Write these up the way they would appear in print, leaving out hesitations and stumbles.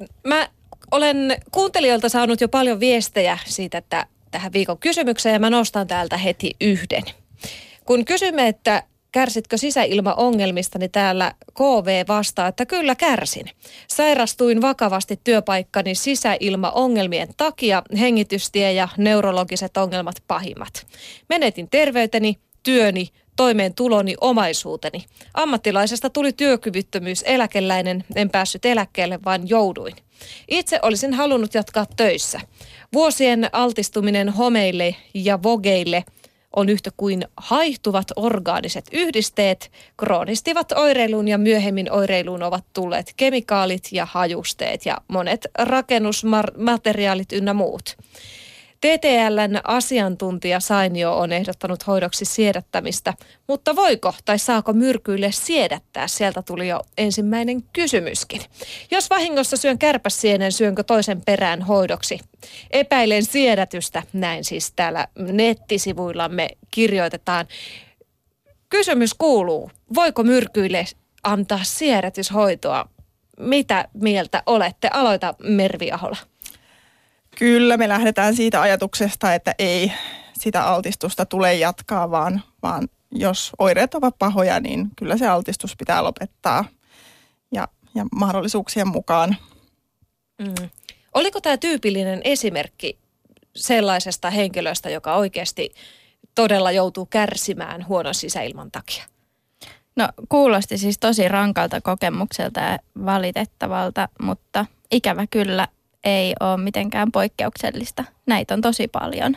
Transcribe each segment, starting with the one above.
Mä olen kuuntelijoilta saanut jo paljon viestejä siitä, että tähän viikon kysymykseen ja mä nostan täältä heti yhden. Kun kysymme, että kärsitkö sisäilmaongelmista, niin täällä KV vastaa, että kyllä kärsin. Sairastuin vakavasti työpaikkani sisäilmaongelmien takia, hengitystie- ja neurologiset ongelmat pahimmat. Menetin terveyteni, työni, toimeentuloni, omaisuuteni. Ammattilaisesta tuli työkyvyttömyys, eläkeläinen, en päässyt eläkkeelle, vaan jouduin. Itse olisin halunnut jatkaa töissä. Vuosien altistuminen homeille ja vogeille on yhtä kuin haihtuvat orgaaniset yhdisteet, kroonistivat oireiluun ja myöhemmin oireiluun ovat tulleet kemikaalit ja hajusteet ja monet rakennusmateriaalit ynnä muut. TTL:n asiantuntija Sainio on ehdottanut hoidoksi siedättämistä, mutta voiko tai saako myrkyille siedättää? Sieltä tuli jo ensimmäinen kysymyskin. Jos vahingossa syön kärpäsienen, syönkö toisen perään hoidoksi? Epäilen siedätystä, näin siis täällä nettisivuillamme kirjoitetaan. Kysymys kuuluu, voiko myrkyille antaa siedätyshoitoa? Mitä mieltä olette? Aloita Mervi Ahola. Kyllä, me lähdetään siitä ajatuksesta, että ei sitä altistusta tule jatkaa, vaan jos oireet ovat pahoja, niin kyllä se altistus pitää lopettaa ja mahdollisuuksien mukaan. Oliko tämä tyypillinen esimerkki sellaisesta henkilöstä, joka oikeasti todella joutuu kärsimään huonon sisäilman takia? No kuulosti siis tosi rankalta kokemukselta ja valitettavalta, mutta ikävä kyllä ei ole mitenkään poikkeuksellista. Näitä on tosi paljon.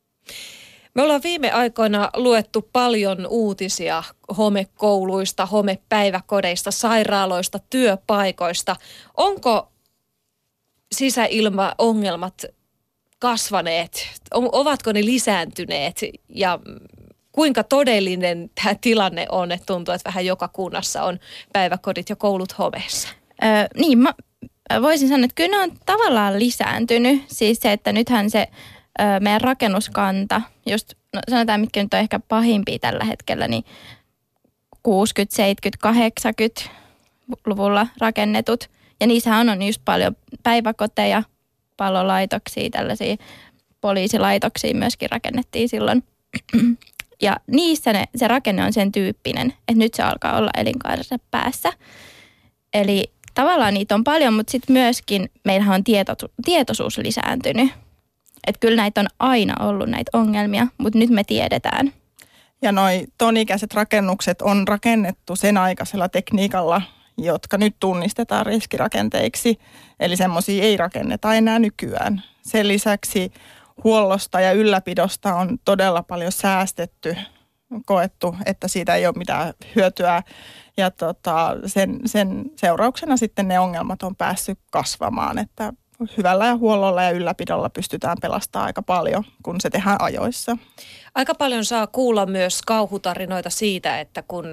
Me ollaan viime aikoina luettu paljon uutisia homekouluista, homepäiväkodeista, sairaaloista, työpaikoista. Onko sisäilmaongelmat kasvaneet? Ovatko ne lisääntyneet? Ja kuinka todellinen tämä tilanne on, että tuntuu, että vähän joka kunnassa on päiväkodit ja koulut homeessa? Mä voisin sanoa, että kyllä ne on tavallaan lisääntynyt. Siis se, että nythän se meidän rakennuskanta, just sanotaan mitkä nyt on ehkä pahimpia tällä hetkellä, niin 60, 70, 80-luvulla rakennetut. Ja niissähän on just paljon päiväkoteja, palolaitoksia, tällaisia poliisilaitoksia myöskin rakennettiin silloin. Ja niissä se rakenne on sen tyyppinen, että nyt se alkaa olla elinkaarensa päässä. Eli tavallaan niitä on paljon, mutta sitten myöskin meillähän on tietoisuus lisääntynyt. Että kyllä näitä on aina ollut näitä ongelmia, mutta nyt me tiedetään. Ja noi tonikäiset rakennukset on rakennettu sen aikaisella tekniikalla, jotka nyt tunnistetaan riskirakenteiksi. Eli semmoisia ei rakenneta enää nykyään. Sen lisäksi huollosta ja ylläpidosta on todella paljon säästetty, koettu, että siitä ei ole mitään hyötyä. Ja sen seurauksena sitten ne ongelmat on päässyt kasvamaan, että hyvällä ja huollolla ja ylläpidolla pystytään pelastamaan aika paljon, kun se tehdään ajoissa. Aika paljon saa kuulla myös kauhutarinoita siitä, että kun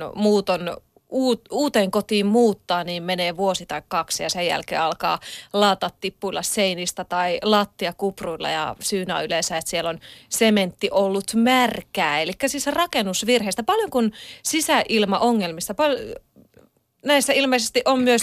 uuteen kotiin muuttaa, niin menee vuosi tai kaksi ja sen jälkeen alkaa laatat tippuilla seinistä tai lattia kupruilla ja syynä on yleensä, että siellä on sementti ollut märkää. Eli siis rakennusvirheistä. Paljon kuin sisäilmaongelmista, näissä ilmeisesti on myös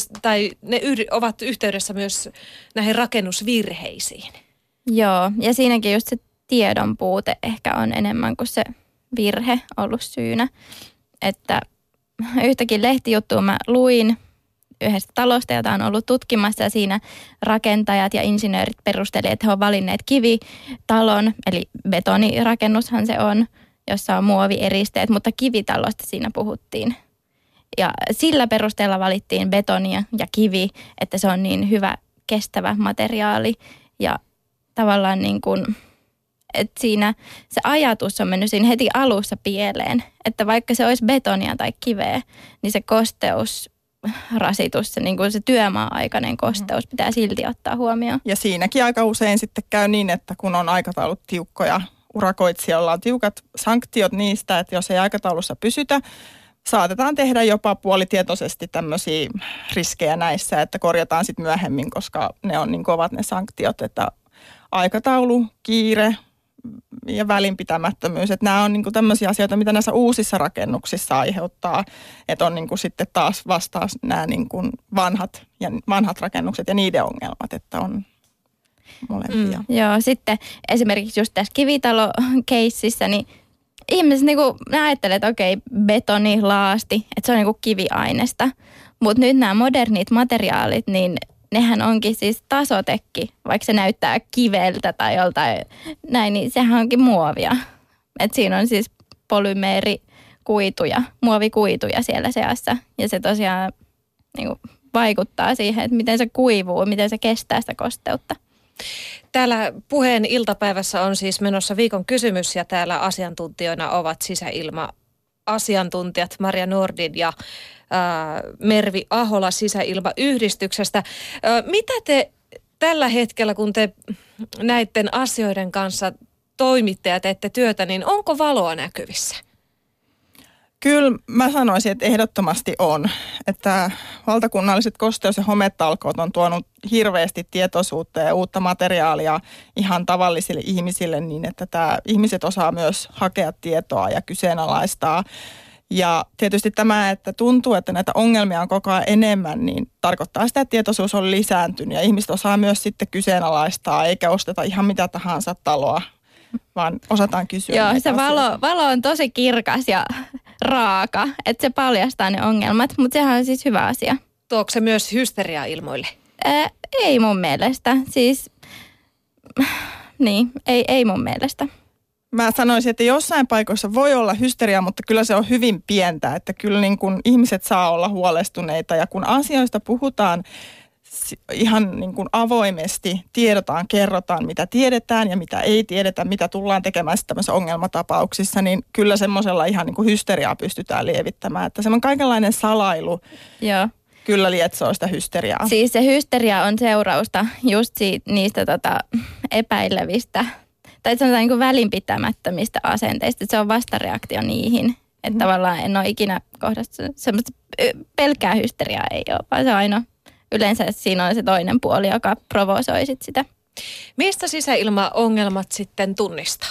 ovat yhteydessä myös näihin rakennusvirheisiin. Joo, ja siinäkin just se tiedon puute ehkä on enemmän kuin se virhe ollut syynä. Että yhtäkin lehtijuttua mä luin yhdestä talosta, jota on ollut tutkimassa ja siinä rakentajat ja insinöörit perusteli, että he on valinneet kivitalon, eli betonirakennushan se on, jossa on muovieristeet, mutta kivitalosta siinä puhuttiin. Ja sillä perusteella valittiin betonia ja kivi, että se on niin hyvä kestävä materiaali ja tavallaan niin kuin, että siinä se ajatus on mennyt siinä heti alussa pieleen, että vaikka se olisi betonia tai kiveä, niin se kosteusrasitus, niin kuin se työmaa-aikainen kosteus pitää silti ottaa huomioon. Ja siinäkin aika usein sitten käy niin, että kun on aikataulut tiukkoja, urakoitsijoilla on tiukat sanktiot niistä, että jos ei aikataulussa pysytä, saatetaan tehdä jopa puolitietoisesti tämmöisiä riskejä näissä, että korjataan sitten myöhemmin, koska ne on niin kovat ne sanktiot, että aikataulu, kiire, ja välinpitämättömyys. Että nämä on niin kuin tämmöisiä asioita, mitä näissä uusissa rakennuksissa aiheuttaa. Että on niin kuin sitten taas vastaus nämä niin kuin vanhat rakennukset ja niiden ongelmat, että on molempia. Joo, sitten esimerkiksi just tässä kivitalo-keississä, niin ihmiset niinku, ne ajattelee, että okei, betoni, laasti, että se on niinku kiviainesta. Mutta nyt nämä modernit materiaalit, niin nehän onkin siis tasotekki, vaikka se näyttää kiveltä tai joltain näin, niin sehän onkin muovia. Et siinä on siis polymeerikuituja, muovikuituja siellä seassa. Ja se tosiaan niinku vaikuttaa siihen, että miten se kuivuu, miten se kestää sitä kosteutta. Täällä Puheen iltapäivässä on siis menossa viikon kysymys ja täällä asiantuntijoina ovat sisäilma-asiantuntijat Maria Nordin ja Mervi Ahola Sisäilmayhdistyksestä. Mitä te tällä hetkellä, kun te näiden asioiden kanssa toimitte ja teette työtä, niin onko valoa näkyvissä? Kyllä mä sanoisin, että ehdottomasti on. Että valtakunnalliset kosteus- ja hometalkoot on tuonut hirveästi tietoisuutta ja uutta materiaalia ihan tavallisille ihmisille niin, että ihmiset osaa myös hakea tietoa ja kyseenalaistaa. Ja tietysti tämä, että tuntuu, että näitä ongelmia on koko ajan enemmän, niin tarkoittaa sitä, että tietoisuus on lisääntynyt ja ihmiset osaa myös sitten kyseenalaistaa eikä osteta ihan mitä tahansa taloa, vaan osataan kysyä. Joo, se valo on tosi kirkas ja raaka, että se paljastaa ne ongelmat, mutta sehän on siis hyvä asia. Tuoko se myös hysteriaa ilmoille? Ei mun mielestä, siis niin, ei mun mielestä. Mä sanoisin, että jossain paikoissa voi olla hysteriaa, mutta kyllä se on hyvin pientä, että kyllä niin kuin ihmiset saa olla huolestuneita ja kun asioista puhutaan ihan niin kuin avoimesti, kerrotaan mitä tiedetään ja mitä ei tiedetä, mitä tullaan tekemään tämmöisissä ongelmatapauksissa, niin kyllä semmoisella ihan niin kuin hysteriaa pystytään lievittämään, että semmoinen kaikenlainen salailu. Joo. Kyllä lietsoo sitä hysteriaa. Siis se hysteria on seurausta just niistä epäilevistä tai sanotaan niin kuin välinpitämättömistä asenteista. Se on vastareaktio niihin. Että tavallaan en ole ikinä kohdassa semmoista pelkkää hysteriaa ei ole, vaan se on aina yleensä siinä on se toinen puoli, joka provosoi sitä. Mistä sisäilmaongelmat sitten tunnistaa?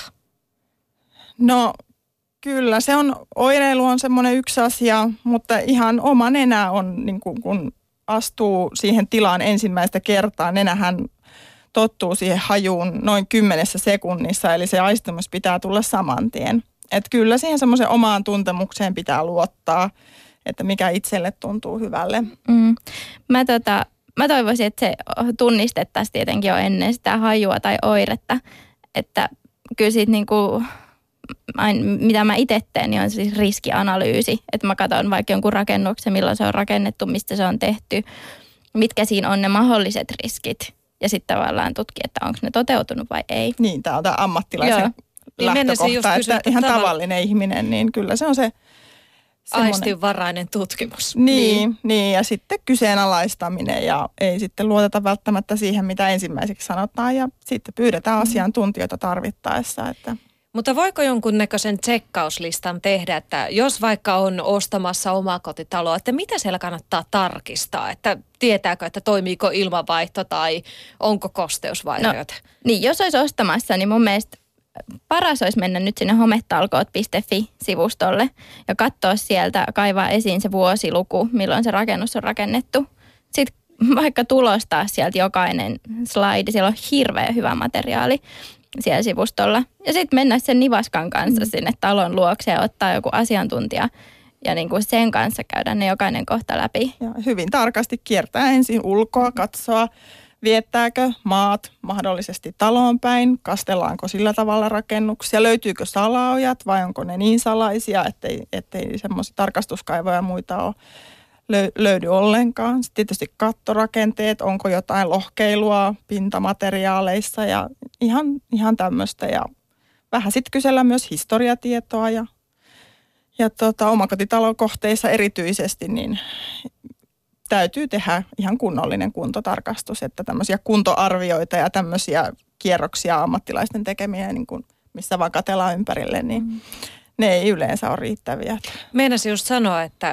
No kyllä, oireilu on semmoinen yksi asia, mutta ihan oma nenä on, niin kun astuu siihen tilaan ensimmäistä kertaa, nenähän tottuu siihen hajuun noin 10 sekunnissa, eli se aistimus pitää tulla saman tien. Että kyllä siihen semmoisen omaan tuntemukseen pitää luottaa, että mikä itselle tuntuu hyvälle. Mä toivoisin, että se tunnistettaisiin tietenkin jo ennen sitä hajua tai oiretta, että kyllä siitä niinku, mitä mä itse teen, niin on siis riskianalyysi, että mä katson vaikka jonkun rakennuksen, milloin se on rakennettu, mistä se on tehty, mitkä siinä on ne mahdolliset riskit ja sitten tavallaan tutkia, että onko ne toteutunut vai ei. Niin, tämä on tämä ammattilaisen lähtökohta, että ihan tavallinen ihminen, niin kyllä se on se aistinvarainen tutkimus. Niin, ja sitten kyseenalaistaminen ja ei sitten luoteta välttämättä siihen, mitä ensimmäiseksi sanotaan ja sitten pyydetään asiantuntijoita tarvittaessa. Että. Mutta voiko jonkunnäköisen tsekkauslistan tehdä, että jos vaikka on ostamassa omakotitaloa, että mitä siellä kannattaa tarkistaa, että tietääkö, että toimiiko ilmanvaihto tai onko kosteusvaurioita? No, niin, jos olisi ostamassa, niin mun mielestä paras olisi mennä nyt sinne hometalkoot.fi-sivustolle ja katsoa sieltä, kaivaa esiin se vuosiluku, milloin se rakennus on rakennettu. Sitten vaikka tulostaa sieltä jokainen slide, siellä on hirveän hyvä materiaali siellä sivustolla. Ja sitten mennä sen nivaskan kanssa sinne talon luokse ja ottaa joku asiantuntija ja niin kuin sen kanssa käydä ne jokainen kohta läpi. Ja hyvin tarkasti kiertää ensin ulkoa, katsoa. Viettääkö maat mahdollisesti taloon päin? Kastellaanko sillä tavalla rakennuksia? Löytyykö salaojat vai onko ne niin salaisia, ettei semmoisia tarkastuskaivoja ja muita ole löydy ollenkaan? Sitten tietysti kattorakenteet, onko jotain lohkeilua pintamateriaaleissa ja ihan tämmöistä. Ja vähän sitten kysellä myös historiatietoa ja omakotitalokohteissa erityisesti niin täytyy tehdä ihan kunnollinen kuntotarkastus, että tämmöisiä kuntoarvioita ja tämmöisiä kierroksia ammattilaisten tekemiä, niin kuin missä vaan katsellaan ympärille, niin ne ei yleensä ole riittäviä. Meinasin just sanoa, että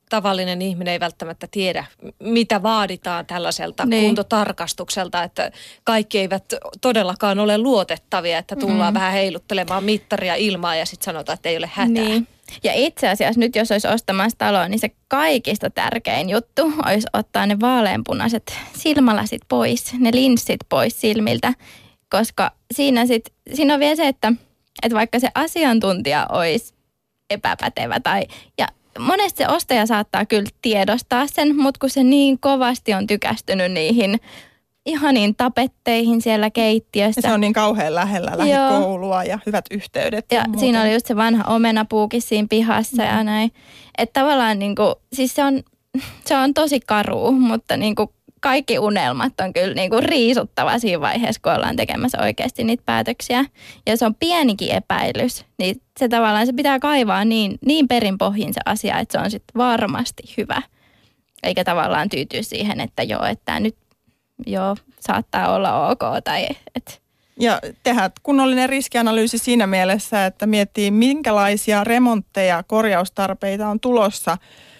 tavallinen ihminen ei välttämättä tiedä, mitä vaaditaan tällaiselta Niin. kuntotarkastukselta, että kaikki eivät todellakaan ole luotettavia, että tullaan vähän heiluttelemaan mittaria ilmaa ja sitten sanotaan, että ei ole hätää. Niin. Ja itse asiassa nyt, jos olisi ostamassa taloa, niin se kaikista tärkein juttu olisi ottaa ne vaaleanpunaiset silmälasit pois, ne linssit pois silmiltä, koska siinä on vielä se, että vaikka se asiantuntija olisi epäpätevä ja monesti se ostaja saattaa kyllä tiedostaa sen, mutta kun se niin kovasti on tykästynyt niihin ihaniin tapetteihin siellä keittiössä. Ja se on niin kauhean lähellä lähikoulua ja hyvät yhteydet. Ja siinä oli just se vanha omenapuukin siinä pihassa ja näin. Että tavallaan niinku, siis se on tosi karua, mutta niinku kaikki unelmat on kyllä niinku riisuttava siinä vaiheessa, kun ollaan tekemässä oikeasti niitä päätöksiä. Ja se on pienikin epäilys, niin se tavallaan se pitää kaivaa niin perinpohjin se asia, että se on sitten varmasti hyvä. Eikä tavallaan tyytyä siihen, että että nyt saattaa olla ok tai Ja tehdä kunnollinen riskianalyysi siinä mielessä, että miettii minkälaisia remontteja, korjaustarpeita on tulossa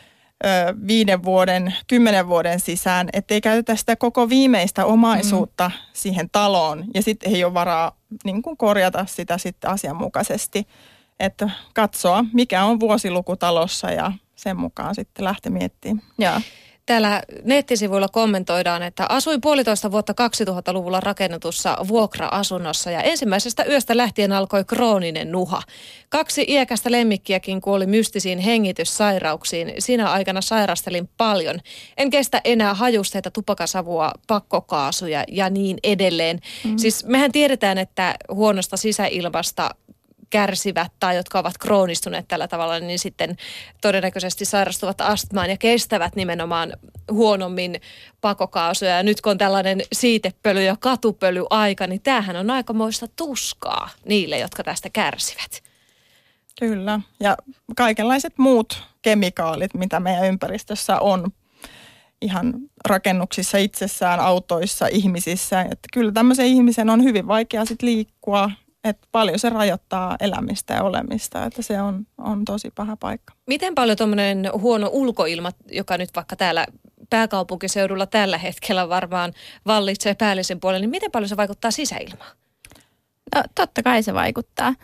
5 vuoden, 10 vuoden sisään, ettei käytetä sitä koko viimeistä omaisuutta siihen taloon ja sitten ei ole varaa niin kuin korjata sitä sitten asianmukaisesti. Että katsoa, mikä on vuosiluku talossa ja sen mukaan sitten lähteä miettimään. Joo. Täällä nettisivuilla kommentoidaan, että asuin 1,5 vuotta 2000-luvulla rakennetussa vuokra-asunnossa ja ensimmäisestä yöstä lähtien alkoi krooninen nuha. 2 iäkästä lemmikkiäkin kuoli mystisiin hengityssairauksiin. Siinä aikana sairastelin paljon. En kestä enää hajusteita, tupakasavua, pakkokaasuja ja niin edelleen. Siis mehän tiedetään, että huonosta sisäilmasta kärsivät tai jotka ovat kroonistuneet tällä tavalla, niin sitten todennäköisesti sairastuvat astmaan ja kestävät nimenomaan huonommin pakokaasuja. Ja nyt kun on tällainen siitepöly ja katupöly aika, niin tämähän on aikamoista tuskaa niille, jotka tästä kärsivät. Kyllä. Ja kaikenlaiset muut kemikaalit, mitä meidän ympäristössä on, ihan rakennuksissa itsessään, autoissa, ihmisissä. Että kyllä tämmöisen ihmisen on hyvin vaikea sitten liikkua. Että paljon se rajoittaa elämistä ja olemista, että se on tosi paha paikka. Miten paljon tuommoinen huono ulkoilma, joka nyt vaikka täällä pääkaupunkiseudulla tällä hetkellä varmaan vallitsee päällisin puolella, niin miten paljon se vaikuttaa sisäilmaan? No totta kai se vaikuttaa.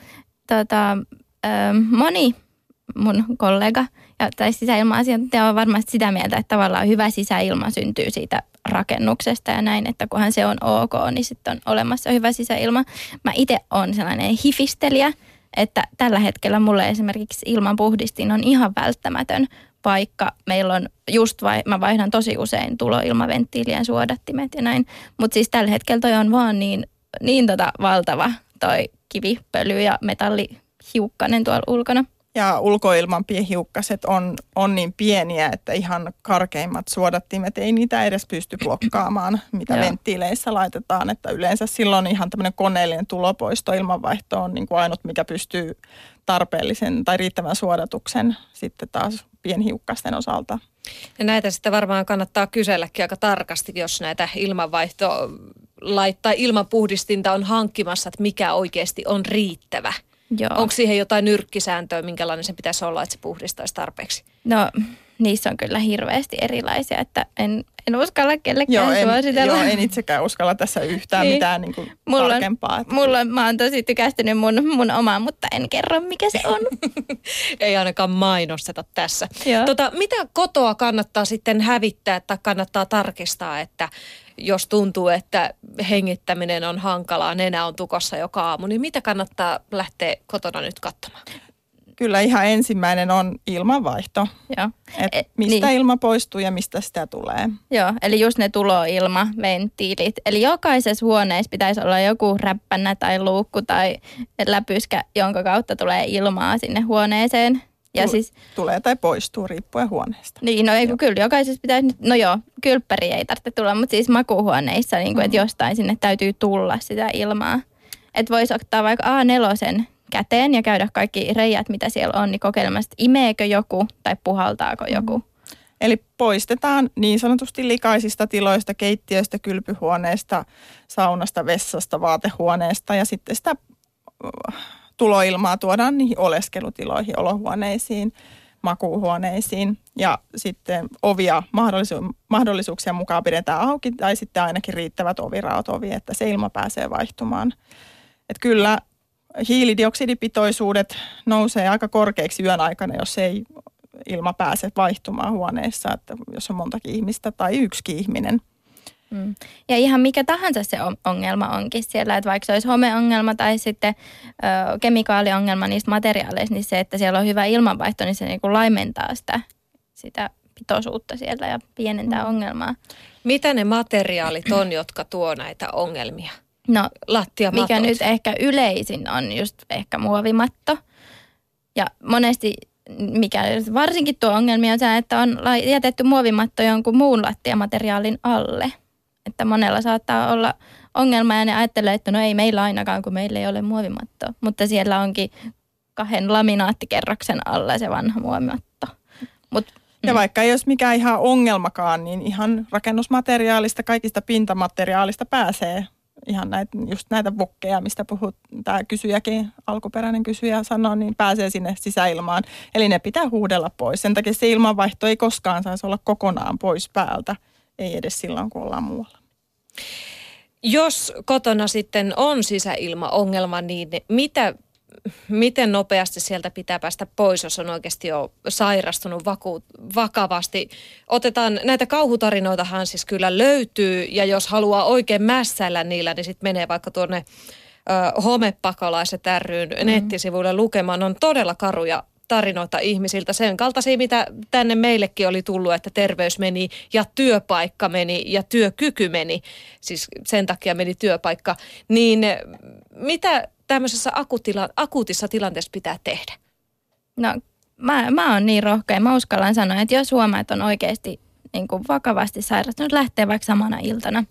Moni mun kollega tai sisäilma-asiantuntija on varmasti sitä mieltä, että tavallaan hyvä sisäilma syntyy siitä rakennuksesta ja näin, että kunhan se on ok, niin sitten on olemassa hyvä sisäilma. Mä itse olen sellainen hifistelijä, että tällä hetkellä mulle esimerkiksi ilmanpuhdistin on ihan välttämätön, vaikka meillä on mä vaihdan tosi usein tuloilmaventtiilien suodattimet ja näin, mutta siis tällä hetkellä toi on vaan niin valtava toi kivipöly ja metallihiukkanen tuolla ulkona. Ja ulkoilman pienhiukkaset on niin pieniä, että ihan karkeimmat suodattimet ei niitä edes pysty blokkaamaan, mitä venttiileissä laitetaan. Että yleensä silloin ihan tämmöinen koneellinen tulopoisto, ilmanvaihto on niin kuin ainut, mikä pystyy tarpeellisen tai riittävän suodatuksen sitten taas pienhiukkasten osalta. Ja näitä sitten varmaan kannattaa kyselläkin aika tarkasti, jos näitä laittaa ilmanpuhdistinta on hankkimassa, että mikä oikeasti on riittävä. Joo. Onko siihen jotain nyrkkisääntöä, minkälainen se pitäisi olla, että se puhdistaisi tarpeeksi? No, niissä on kyllä hirveästi erilaisia, että en uskalla kellekään suositella. Joo, en itsekään uskalla tässä yhtään mitään niin kuin tarkempaa. Mä oon tosi tykästynyt mun omaan, mutta en kerro mikä se on. Ei ainakaan mainosteta tässä. Mitä kotoa kannattaa sitten hävittää tai kannattaa tarkistaa, että jos tuntuu, että hengittäminen on hankalaa, nenä on tukossa joka aamu, niin mitä kannattaa lähteä kotona nyt katsomaan? Kyllä ihan ensimmäinen on ilmanvaihto. Joo. Mistä ilma poistuu ja mistä sitä tulee. Joo, eli just ne tuloilmaventtiilit. Eli jokaisessa huoneessa pitäisi olla joku räppänä tai luukku tai läpyskä, jonka kautta tulee ilmaa sinne huoneeseen. Ja tulee tai poistuu riippuen huoneesta. Niin, no ei kun kyllä jokaisessa pitäisi nyt, no joo, kylppäriä ei tarvitse tulla, mutta siis makuuhuoneissa, niin kuin, että jostain sinne täytyy tulla sitä ilmaa. Että voisi ottaa vaikka A4 käteen ja käydä kaikki reijät, mitä siellä on, niin kokeilemassa, imeekö joku tai puhaltaako joku. Eli poistetaan niin sanotusti likaisista tiloista, keittiöistä, kylpyhuoneesta, saunasta, vessasta, vaatehuoneesta ja sitten sitä tuloilmaa tuodaan niihin oleskelutiloihin, olohuoneisiin. makuuhuoneisiin. Ja sitten ovia mahdollisuuksia mukaan pidetään auki tai sitten ainakin riittävät oviraot ovi, että se ilma pääsee vaihtumaan. Että kyllä hiilidioksidipitoisuudet nousee aika korkeiksi yön aikana, jos ei ilma pääse vaihtumaan huoneessa, että jos on montakin ihmistä tai yksikin ihminen. Ja ihan mikä tahansa se ongelma onkin siellä, että vaikka se olisi homeongelma tai sitten kemikaaliongelma niistä materiaaleista, niin se, että siellä on hyvä ilmanvaihto, niin se niin kuin laimentaa sitä pitoisuutta siellä ja pienentää ongelmaa. Mitä ne materiaalit on, jotka tuo näitä ongelmia? No, lattiamatot. Mikä nyt ehkä yleisin on just ehkä muovimatto. Ja monesti, mikä varsinkin tuo ongelmia on se, että on jätetty muovimatto jonkun muun lattiamateriaalin alle. Että monella saattaa olla ongelma ja ne ajattelee, että no ei meillä ainakaan, kun meillä ei ole muovimattoa. Mutta siellä onkin 2 laminaattikerroksen alla se vanha muovimatto. Ja vaikka ei olisi mikään ihan ongelmakaan, niin ihan rakennusmateriaalista, kaikista pintamateriaalista pääsee ihan just näitä vokkeja, mistä puhut, tämä kysyjäkin, alkuperäinen kysyjä sanoi, niin pääsee sinne sisäilmaan. Eli ne pitää huudella pois. Sen takia se ilmanvaihto ei koskaan saisi olla kokonaan pois päältä, ei edes silloin, kun ollaan muualla. Jos kotona sitten on sisäilmaongelma, niin miten nopeasti sieltä pitää päästä pois, jos on oikeasti jo sairastunut vakavasti? Otetaan, näitä kauhutarinoitahan siis kyllä löytyy, ja jos haluaa oikein mässäillä niillä, niin sitten menee vaikka tuonne Homepakolaiset ry:n nettisivuille lukemaan. On todella karuja tarinoita ihmisiltä, sen kaltaisia, mitä tänne meillekin oli tullut, että terveys meni ja työpaikka meni ja työkyky meni, siis sen takia meni työpaikka. Niin mitä tämmöisessä akuutissa tilanteessa pitää tehdä? No mä oon niin rohkea. Mä uskallan sanoa, että jos huomaa, että on oikeasti niin kuin vakavasti sairastunut, lähtee vaikka samana iltana.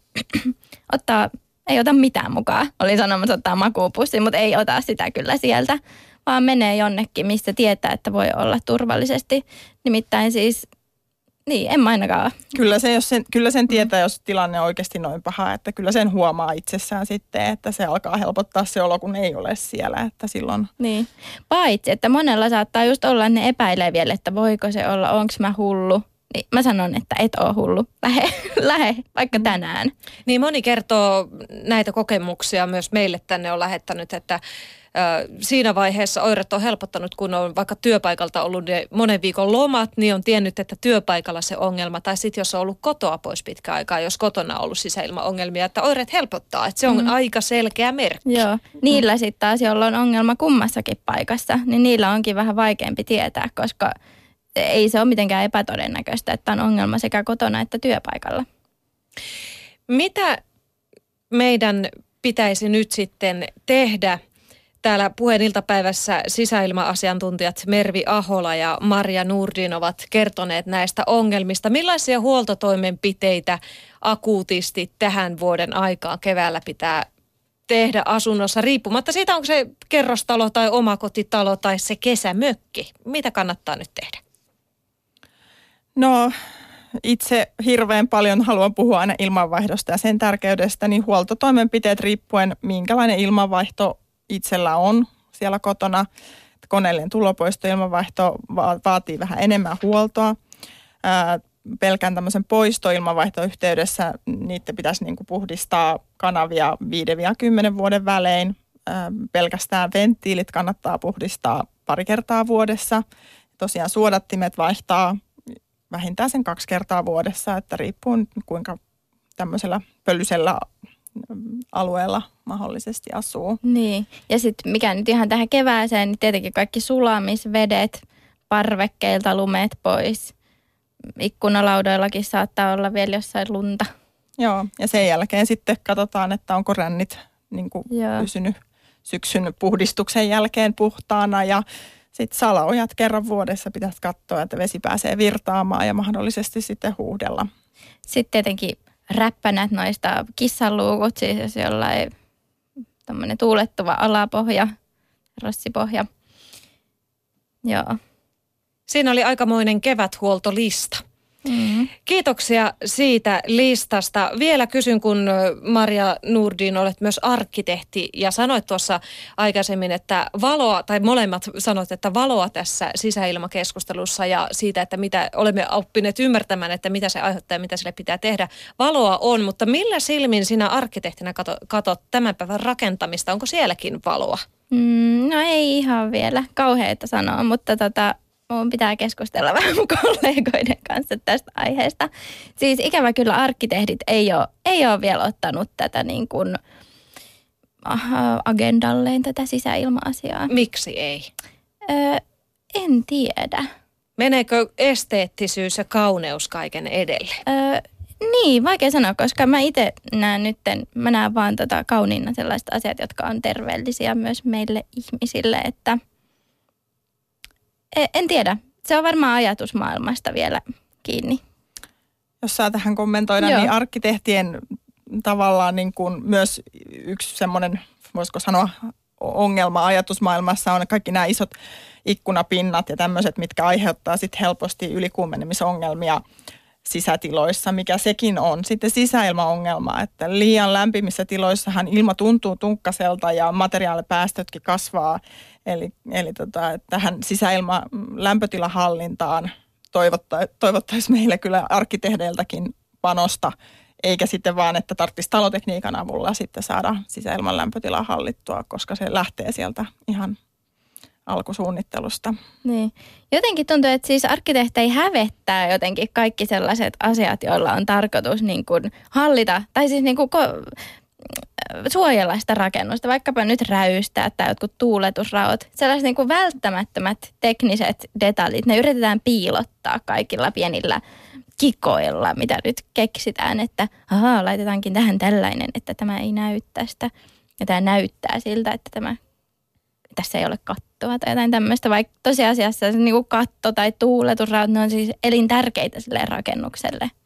Ei ota mitään mukaan. Oli sanomassa ottaa makuupussi, mutta ei ota sitä kyllä sieltä, vaan menee jonnekin, missä tietää, että voi olla turvallisesti. Nimittäin siis, niin en mä ainakaan. Kyllä sen tietää, jos tilanne on oikeasti noin paha, että kyllä sen huomaa itsessään sitten, että se alkaa helpottaa se olo, kun ei ole siellä, että silloin. Niin, paitsi, että monella saattaa just olla, että ne epäilee vielä, että voiko se olla, onko mä hullu. Niin mä sanon, että et ole hullu. Lähe vaikka tänään. Niin moni kertoo näitä kokemuksia myös meille tänne on lähettänyt, että siinä vaiheessa oireet on helpottanut, kun on vaikka työpaikalta ollut ne monen viikon lomat, niin on tiennyt, että työpaikalla se ongelma. Tai sitten jos on ollut kotoa pois pitkä aikaa, jos kotona on ollut sisäilmaongelmia, että oireet helpottaa. Että se on aika selkeä merkki. Joo, niillä sitten taas, jolla on ongelma kummassakin paikassa, niin niillä onkin vähän vaikeampi tietää, koska ei se ole mitenkään epätodennäköistä, että on ongelma sekä kotona että työpaikalla. Mitä meidän pitäisi nyt sitten tehdä? Täällä Puheen iltapäivässä sisäilma-asiantuntijat Mervi Ahola ja Marja Nurdin ovat kertoneet näistä ongelmista. Millaisia huoltotoimenpiteitä akuutisti tähän vuoden aikaan keväällä pitää tehdä asunnossa, riippumatta siitä, onko se kerrostalo tai omakotitalo tai se kesämökki? Mitä kannattaa nyt tehdä? No itse hirveän paljon haluan puhua aina ilmanvaihdosta ja sen tärkeydestä, niin huoltotoimenpiteet riippuen minkälainen ilmanvaihto itsellä on siellä kotona. Koneellinen tulopoisto, ilmanvaihto vaatii vähän enemmän huoltoa. Pelkän tämmöisen poistoilmanvaihtoyhteydessä niitä pitäisi niin kuin puhdistaa kanavia 5-10 vuoden välein. Pelkästään venttiilit kannattaa puhdistaa 2 kertaa vuodessa. Tosiaan suodattimet vaihtaa vähintään sen 2 kertaa vuodessa, että riippuu kuinka tämmöisellä pölyisellä alueella mahdollisesti asuu. Niin, ja sitten mikä nyt ihan tähän kevääseen, niin tietenkin kaikki sulamisvedet, parvekkeilta lumet pois. Ikkunalaudoillakin saattaa olla vielä jossain lunta. Joo, ja sen jälkeen sitten katsotaan, että onko rännit niin kuin pysynyt syksyn puhdistuksen jälkeen puhtaana. Ja sitten salaojat kerran vuodessa pitäisi katsoa, että vesi pääsee virtaamaan ja mahdollisesti sitten huuhdella. Sitten tietenkin räppänät noista kissanluukut, siis jos jollain tämmöinen tuulettuva alapohja, rossipohja. Joo. Siinä oli aikamoinen keväthuoltolista. Kiitoksia siitä listasta. Vielä kysyn, kun Maria Nordin olet myös arkkitehti ja sanoit tuossa aikaisemmin, että valoa, tai molemmat sanoit, että valoa tässä sisäilmakeskustelussa ja siitä, että mitä olemme oppineet ymmärtämään, että mitä se aiheuttaa ja mitä sille pitää tehdä. Valoa on, mutta millä silmin sinä arkkitehtinä katot tämän päivän rakentamista? Onko sielläkin valoa? No ei ihan vielä kauheita sanoa, mutta mun pitää keskustella vähän mun kollegoiden kanssa tästä aiheesta. Siis ikävä kyllä arkkitehdit ei ole vielä ottanut tätä niin kuin agendalleen tätä sisäilma-asiaa. Miksi ei? En tiedä. Meneekö esteettisyys ja kauneus kaiken edelle? Niin, vaikea sanoa, koska mä itse mä näen vaan kauniina sellaiset asiat, jotka on terveellisiä myös meille ihmisille, että en tiedä. Se on varmaan ajatusmaailmasta vielä kiinni. Jos saa tähän kommentoida, niin arkkitehtien tavallaan niin kuin myös yksi semmoinen, voisiko sanoa, ongelma ajatusmaailmassa on kaikki nämä isot ikkunapinnat ja tämmöiset, mitkä aiheuttaa sitten helposti ylikuumenemisongelmia sisätiloissa, mikä sekin on sitten sisäilmaongelma, että liian lämpimissä tiloissahan ilma tuntuu tunkkaselta ja materiaalipäästötkin kasvaa, eli tähän sisäilma lämpötilahallintaan toivottaisiin meille kyllä arkkitehdeiltäkin panosta, eikä sitten vaan, että tarvitsisi talotekniikan avulla sitten saada sisäilman lämpötilaa hallittua, koska se lähtee sieltä ihan alkusuunnittelusta. Niin. Jotenkin tuntuu, että siis arkkitehtei hävettää jotenkin kaikki sellaiset asiat, joilla on tarkoitus niin kuin hallita, tai siis niin kuin suojella sitä rakennusta, vaikkapa nyt räystää tai jotkut tuuletusraot. Sellaiset niin kuin välttämättömät tekniset detaljit, ne yritetään piilottaa kaikilla pienillä kikoilla, mitä nyt keksitään, että laitetaankin tähän tällainen, että tämä ei näy tästä. Ja tämä näyttää siltä, että tässä ei ole kattoa tai jotain tämmöistä, vaikka tosiasiassa se niin kuin katto tai tuuletusraut, ne on siis elintärkeitä sille rakennukselle.